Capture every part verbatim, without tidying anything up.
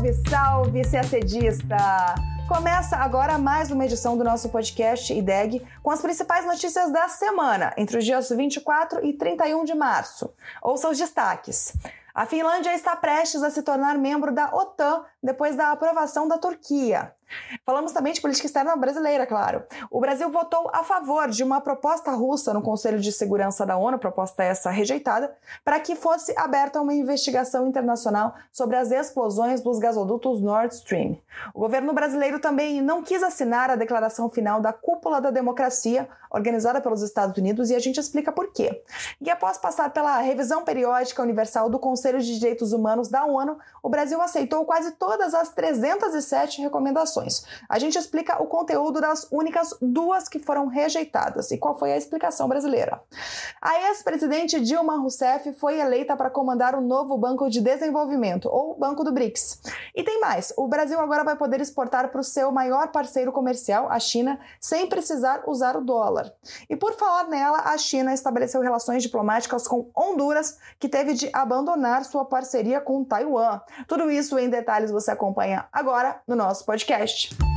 Salve, salve, CACDista! Começa agora mais uma edição do nosso podcast I D E G com as principais notícias da semana, entre os dias vinte e quatro e trinta e um de março. Ouça os destaques. A Finlândia está prestes a se tornar membro da OTAN depois da aprovação da Turquia. Falamos também de política externa brasileira, claro. O Brasil votou a favor de uma proposta russa no Conselho de Segurança da ONU, proposta essa rejeitada, para que fosse aberta uma investigação internacional sobre as explosões dos gasodutos Nord Stream. O governo brasileiro também não quis assinar a declaração final da Cúpula da Democracia, organizada pelos Estados Unidos, e a gente explica por quê. E após passar pela revisão periódica universal do Conselho de Direitos Humanos da ONU, o Brasil aceitou quase todas as trezentas e sete recomendações. A gente explica o conteúdo das únicas duas que foram rejeitadas e qual foi a explicação brasileira. A ex-presidente Dilma Rousseff foi eleita para comandar o novo Banco de Desenvolvimento, ou Banco do BRICS. E tem mais, o Brasil agora vai poder exportar para o seu maior parceiro comercial, a China, sem precisar usar o dólar. E por falar nela, a China estabeleceu relações diplomáticas com Honduras, que teve de abandonar sua parceria com Taiwan. Tudo isso em detalhes você acompanha agora no nosso podcast.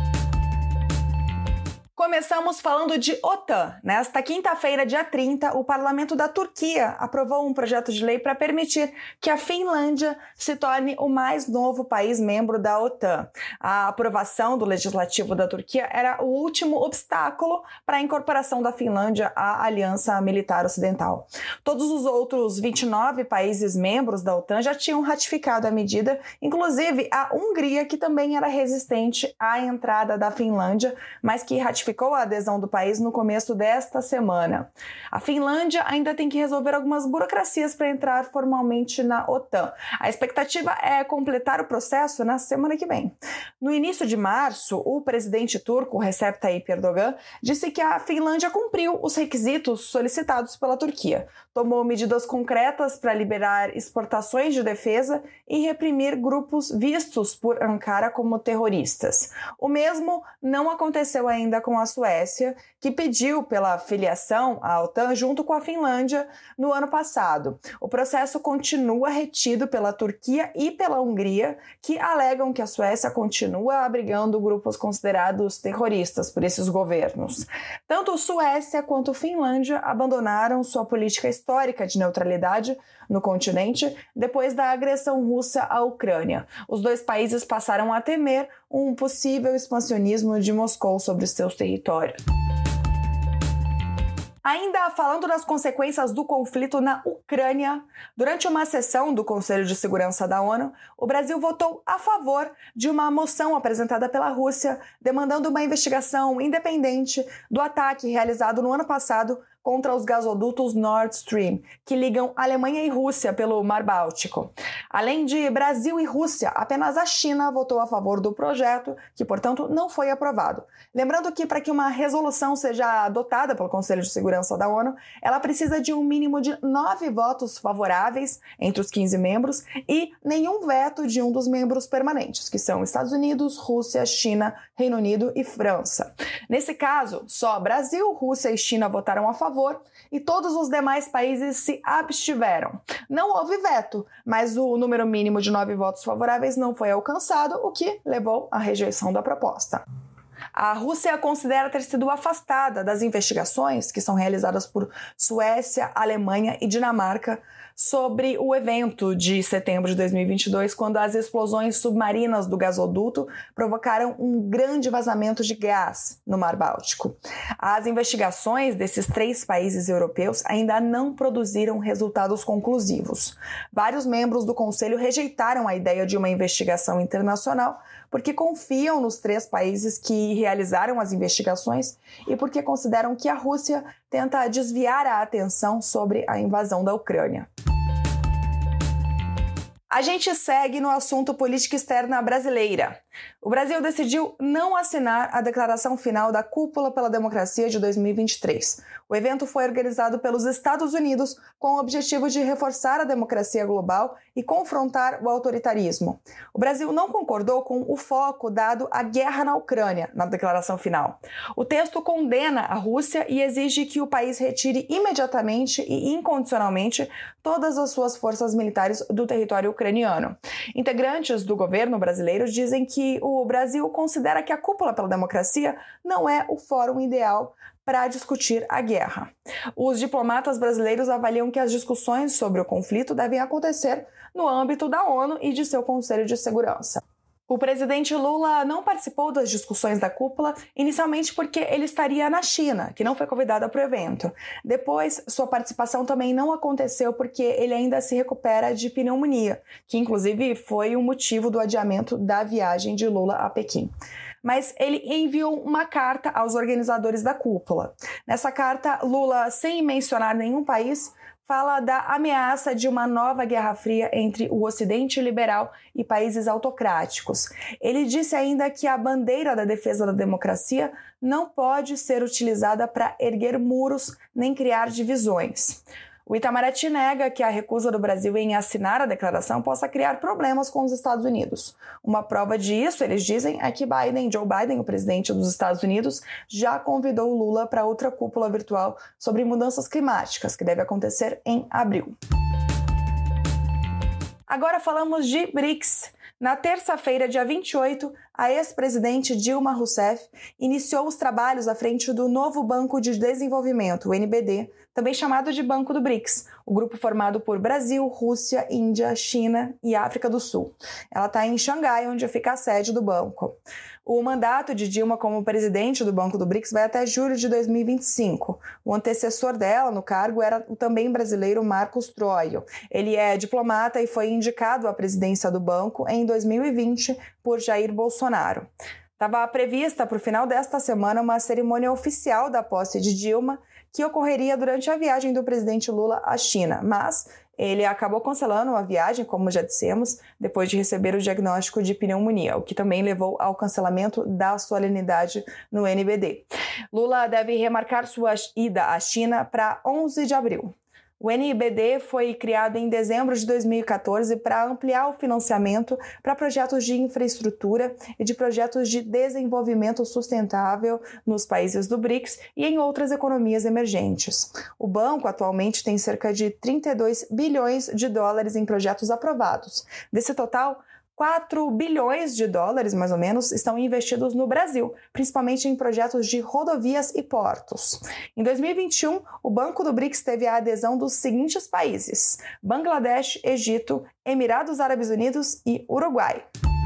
Começamos falando de OTAN. Nesta quinta-feira, dia trinta, o parlamento da Turquia aprovou um projeto de lei para permitir que a Finlândia se torne o mais novo país membro da OTAN. A aprovação do legislativo da Turquia era o último obstáculo para a incorporação da Finlândia à Aliança Militar Ocidental. Todos os outros vinte e nove países membros da OTAN já tinham ratificado a medida, inclusive a Hungria, que também era resistente à entrada da Finlândia, mas que ratificou ficou a adesão do país no começo desta semana. A Finlândia ainda tem que resolver algumas burocracias para entrar formalmente na OTAN. A expectativa é completar o processo na semana que vem. No início de março, o presidente turco Recep Tayyip Erdogan disse que a Finlândia cumpriu os requisitos solicitados pela Turquia, tomou medidas concretas para liberar exportações de defesa e reprimir grupos vistos por Ankara como terroristas. O mesmo não aconteceu ainda com a Suécia, que pediu pela filiação à OTAN junto com a Finlândia no ano passado. O processo continua retido pela Turquia e pela Hungria, que alegam que a Suécia continua abrigando grupos considerados terroristas por esses governos. Tanto Suécia quanto Finlândia abandonaram sua política histórica de neutralidade no continente depois da agressão russa à Ucrânia. Os dois países passaram a temer um possível expansionismo de Moscou sobre os seus territórios. Ainda falando das consequências do conflito na Ucrânia, durante uma sessão do Conselho de Segurança da ONU, o Brasil votou a favor de uma moção apresentada pela Rússia demandando uma investigação independente do ataque realizado no ano passado contra os gasodutos Nord Stream, que ligam Alemanha e Rússia pelo Mar Báltico. Além de Brasil e Rússia, apenas a China votou a favor do projeto, que, portanto, não foi aprovado. Lembrando que, para que uma resolução seja adotada pelo Conselho de Segurança da ONU, ela precisa de um mínimo de nove votos favoráveis entre os quinze membros e nenhum veto de um dos membros permanentes, que são Estados Unidos, Rússia, China, Reino Unido e França. Nesse caso, só Brasil, Rússia e China votaram a favor e todos os demais países se abstiveram. Não houve veto, mas o número mínimo de nove votos favoráveis não foi alcançado, o que levou à rejeição da proposta. A Rússia considera ter sido afastada das investigações que são realizadas por Suécia, Alemanha e Dinamarca sobre o evento de setembro de dois mil e vinte e dois, quando as explosões submarinas do gasoduto provocaram um grande vazamento de gás no Mar Báltico. As investigações desses três países europeus ainda não produziram resultados conclusivos. Vários membros do Conselho rejeitaram a ideia de uma investigação internacional porque confiam nos três países que realizaram as investigações e porque consideram que a Rússia tenta desviar a atenção sobre a invasão da Ucrânia. A gente segue no assunto política externa brasileira. O Brasil decidiu não assinar a declaração final da Cúpula pela Democracia de dois mil e vinte e três. O evento foi organizado pelos Estados Unidos com o objetivo de reforçar a democracia global e confrontar o autoritarismo. O Brasil não concordou com o foco dado à guerra na Ucrânia na declaração final. O texto condena a Rússia e exige que o país retire imediatamente e incondicionalmente todas as suas forças militares do território ucraniano. Integrantes do governo brasileiro dizem que o Brasil considera que a Cúpula pela Democracia não é o fórum ideal para discutir a guerra. Os diplomatas brasileiros avaliam que as discussões sobre o conflito devem acontecer no âmbito da ONU e de seu Conselho de Segurança. O presidente Lula não participou das discussões da cúpula, inicialmente porque ele estaria na China, que não foi convidado para o evento. Depois, sua participação também não aconteceu porque ele ainda se recupera de pneumonia, que inclusive foi o motivo do adiamento da viagem de Lula a Pequim. Mas ele enviou uma carta aos organizadores da cúpula. Nessa carta, Lula, sem mencionar nenhum país, fala da ameaça de uma nova Guerra Fria entre o Ocidente liberal e países autocráticos. Ele disse ainda que a bandeira da defesa da democracia não pode ser utilizada para erguer muros nem criar divisões. O Itamaraty nega que a recusa do Brasil em assinar a declaração possa criar problemas com os Estados Unidos. Uma prova disso, eles dizem, é que Biden, Joe Biden, o presidente dos Estados Unidos, já convidou Lula para outra cúpula virtual sobre mudanças climáticas, que deve acontecer em abril. Agora falamos de BRICS. Na terça-feira, dia vinte e oito, a ex-presidente Dilma Rousseff iniciou os trabalhos à frente do novo Banco de Desenvolvimento, o N B D, também chamado de Banco do BRICS, o grupo formado por Brasil, Rússia, Índia, China e África do Sul. Ela está em Xangai, onde fica a sede do banco. O mandato de Dilma como presidente do Banco do BRICS vai até julho de dois mil e vinte e cinco. O antecessor dela no cargo era o também brasileiro Marcos Troio. Ele é diplomata e foi indicado à presidência do banco em dois mil e vinte por Jair Bolsonaro. Estava prevista para o final desta semana uma cerimônia oficial da posse de Dilma, que ocorreria durante a viagem do presidente Lula à China, mas ele acabou cancelando a viagem, como já dissemos, depois de receber o diagnóstico de pneumonia, o que também levou ao cancelamento da solenidade no N B D. Lula deve remarcar sua ida à China para onze de abril. O N B D foi criado em dezembro de dois mil e quatorze para ampliar o financiamento para projetos de infraestrutura e de projetos de desenvolvimento sustentável nos países do BRICS e em outras economias emergentes. O banco atualmente tem cerca de trinta e dois bilhões de dólares em projetos aprovados. Desse total, quatro bilhões de dólares, mais ou menos, estão investidos no Brasil, principalmente em projetos de rodovias e portos. Em dois mil e vinte e um, o Banco do BRICS teve a adesão dos seguintes países: Bangladesh, Egito, Emirados Árabes Unidos e Uruguai.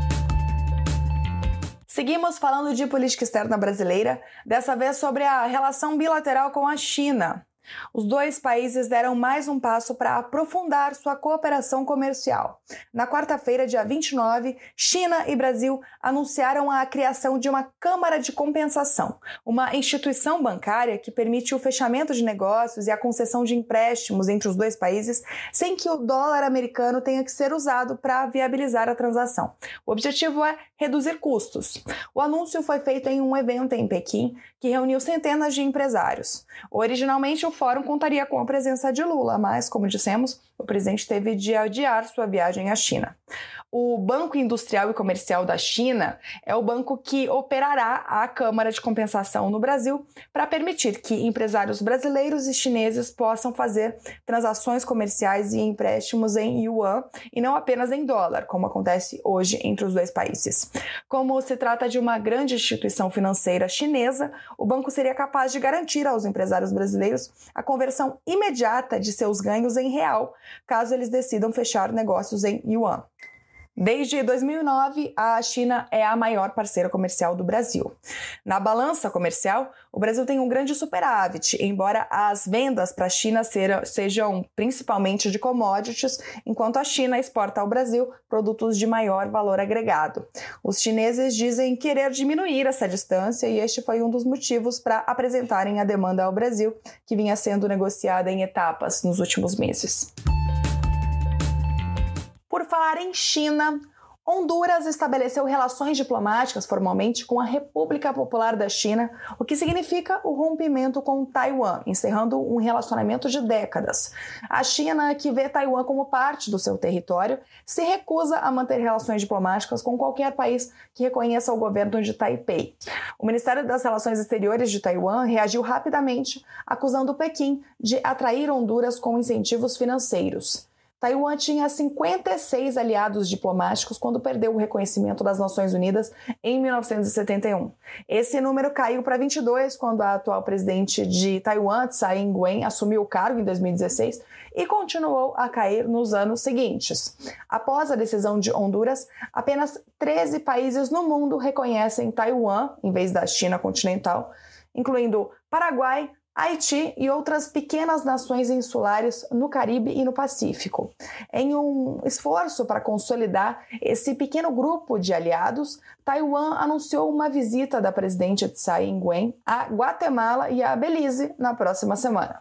Seguimos falando de política externa brasileira, dessa vez sobre a relação bilateral com a China. Os dois países deram mais um passo para aprofundar sua cooperação comercial. Na quarta-feira, dia vinte e nove, China e Brasil anunciaram a criação de uma Câmara de Compensação, uma instituição bancária que permite o fechamento de negócios e a concessão de empréstimos entre os dois países sem que o dólar americano tenha que ser usado para viabilizar a transação. O objetivo é reduzir custos. O anúncio foi feito em um evento em Pequim que reuniu centenas de empresários. Originalmente, o fórum contaria com a presença de Lula, mas, como dissemos, o presidente teve de adiar sua viagem à China. O Banco Industrial e Comercial da China é o banco que operará a Câmara de Compensação no Brasil para permitir que empresários brasileiros e chineses possam fazer transações comerciais e empréstimos em yuan e não apenas em dólar, como acontece hoje entre os dois países. Como se trata de uma grande instituição financeira chinesa, o banco seria capaz de garantir aos empresários brasileiros a conversão imediata de seus ganhos em real, caso eles decidam fechar negócios em yuan. Desde dois mil e nove, a China é a maior parceira comercial do Brasil. Na balança comercial, o Brasil tem um grande superávit, embora as vendas para a China sejam principalmente de commodities, enquanto a China exporta ao Brasil produtos de maior valor agregado. Os chineses dizem querer diminuir essa distância e este foi um dos motivos para apresentarem a demanda ao Brasil, que vinha sendo negociada em etapas nos últimos meses. Por falar em China, Honduras estabeleceu relações diplomáticas formalmente com a República Popular da China, o que significa o rompimento com Taiwan, encerrando um relacionamento de décadas. A China, que vê Taiwan como parte do seu território, se recusa a manter relações diplomáticas com qualquer país que reconheça o governo de Taipei. O Ministério das Relações Exteriores de Taiwan reagiu rapidamente, acusando Pequim de atrair Honduras com incentivos financeiros. Taiwan tinha cinquenta e seis aliados diplomáticos quando perdeu o reconhecimento das Nações Unidas em mil novecentos e setenta e um. Esse número caiu para vinte e dois quando a atual presidente de Taiwan, Tsai Ing-wen, assumiu o cargo em dois mil e dezesseis e continuou a cair nos anos seguintes. Após a decisão de Honduras, apenas treze países no mundo reconhecem Taiwan, em vez da China continental, incluindo Paraguai, Haiti e outras pequenas nações insulares no Caribe e no Pacífico. Em um esforço para consolidar esse pequeno grupo de aliados, Taiwan anunciou uma visita da presidente Tsai Ing-wen a Guatemala e a Belize na próxima semana.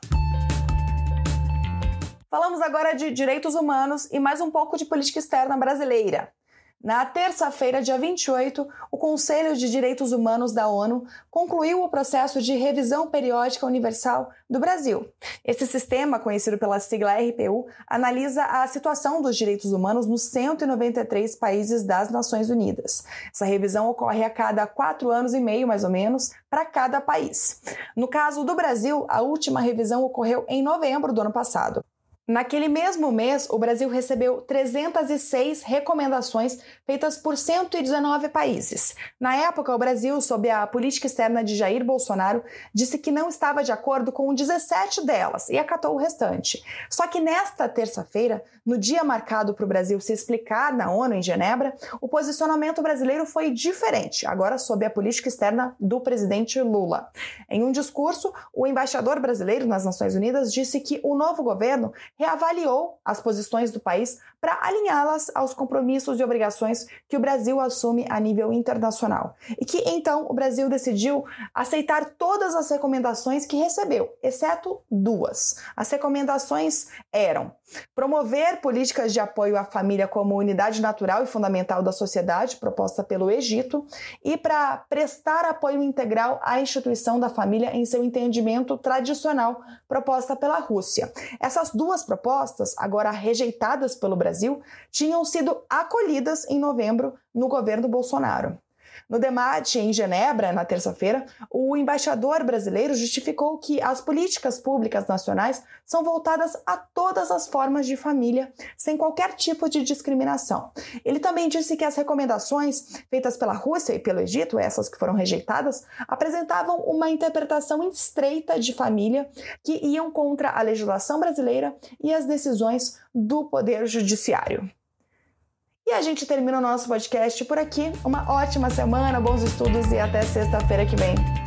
Falamos agora de direitos humanos e mais um pouco de política externa brasileira. Na terça-feira, dia vinte e oito, o Conselho de Direitos Humanos da ONU concluiu o processo de revisão periódica universal do Brasil. Esse sistema, conhecido pela sigla R P U, analisa a situação dos direitos humanos nos cento e noventa e três países das Nações Unidas. Essa revisão ocorre a cada quatro anos e meio, mais ou menos, para cada país. No caso do Brasil, a última revisão ocorreu em novembro do ano passado. Naquele mesmo mês, o Brasil recebeu trezentas e seis recomendações feitas por cento e dezenove países. Na época, o Brasil, sob a política externa de Jair Bolsonaro, disse que não estava de acordo com dezessete delas e acatou o restante. Só que nesta terça-feira, no dia marcado para o Brasil se explicar na ONU em Genebra, o posicionamento brasileiro foi diferente, agora sob a política externa do presidente Lula. Em um discurso, o embaixador brasileiro nas Nações Unidas disse que o novo governo reavaliou as posições do país para alinhá-las aos compromissos e obrigações que o Brasil assume a nível internacional. E que, então, o Brasil decidiu aceitar todas as recomendações que recebeu, exceto duas. As recomendações eram promover políticas de apoio à família como unidade natural e fundamental da sociedade, proposta pelo Egito, e para prestar apoio integral à instituição da família em seu entendimento tradicional, proposta pela Rússia. Essas duas propostas, agora rejeitadas pelo Brasil, tinham sido acolhidas em novembro no governo Bolsonaro. No debate em Genebra, na terça-feira, o embaixador brasileiro justificou que as políticas públicas nacionais são voltadas a todas as formas de família, sem qualquer tipo de discriminação. Ele também disse que as recomendações feitas pela Rússia e pelo Egito, essas que foram rejeitadas, apresentavam uma interpretação estreita de família que iam contra a legislação brasileira e as decisões do Poder Judiciário. E a gente termina o nosso podcast por aqui. Uma ótima semana, bons estudos e até sexta-feira que vem.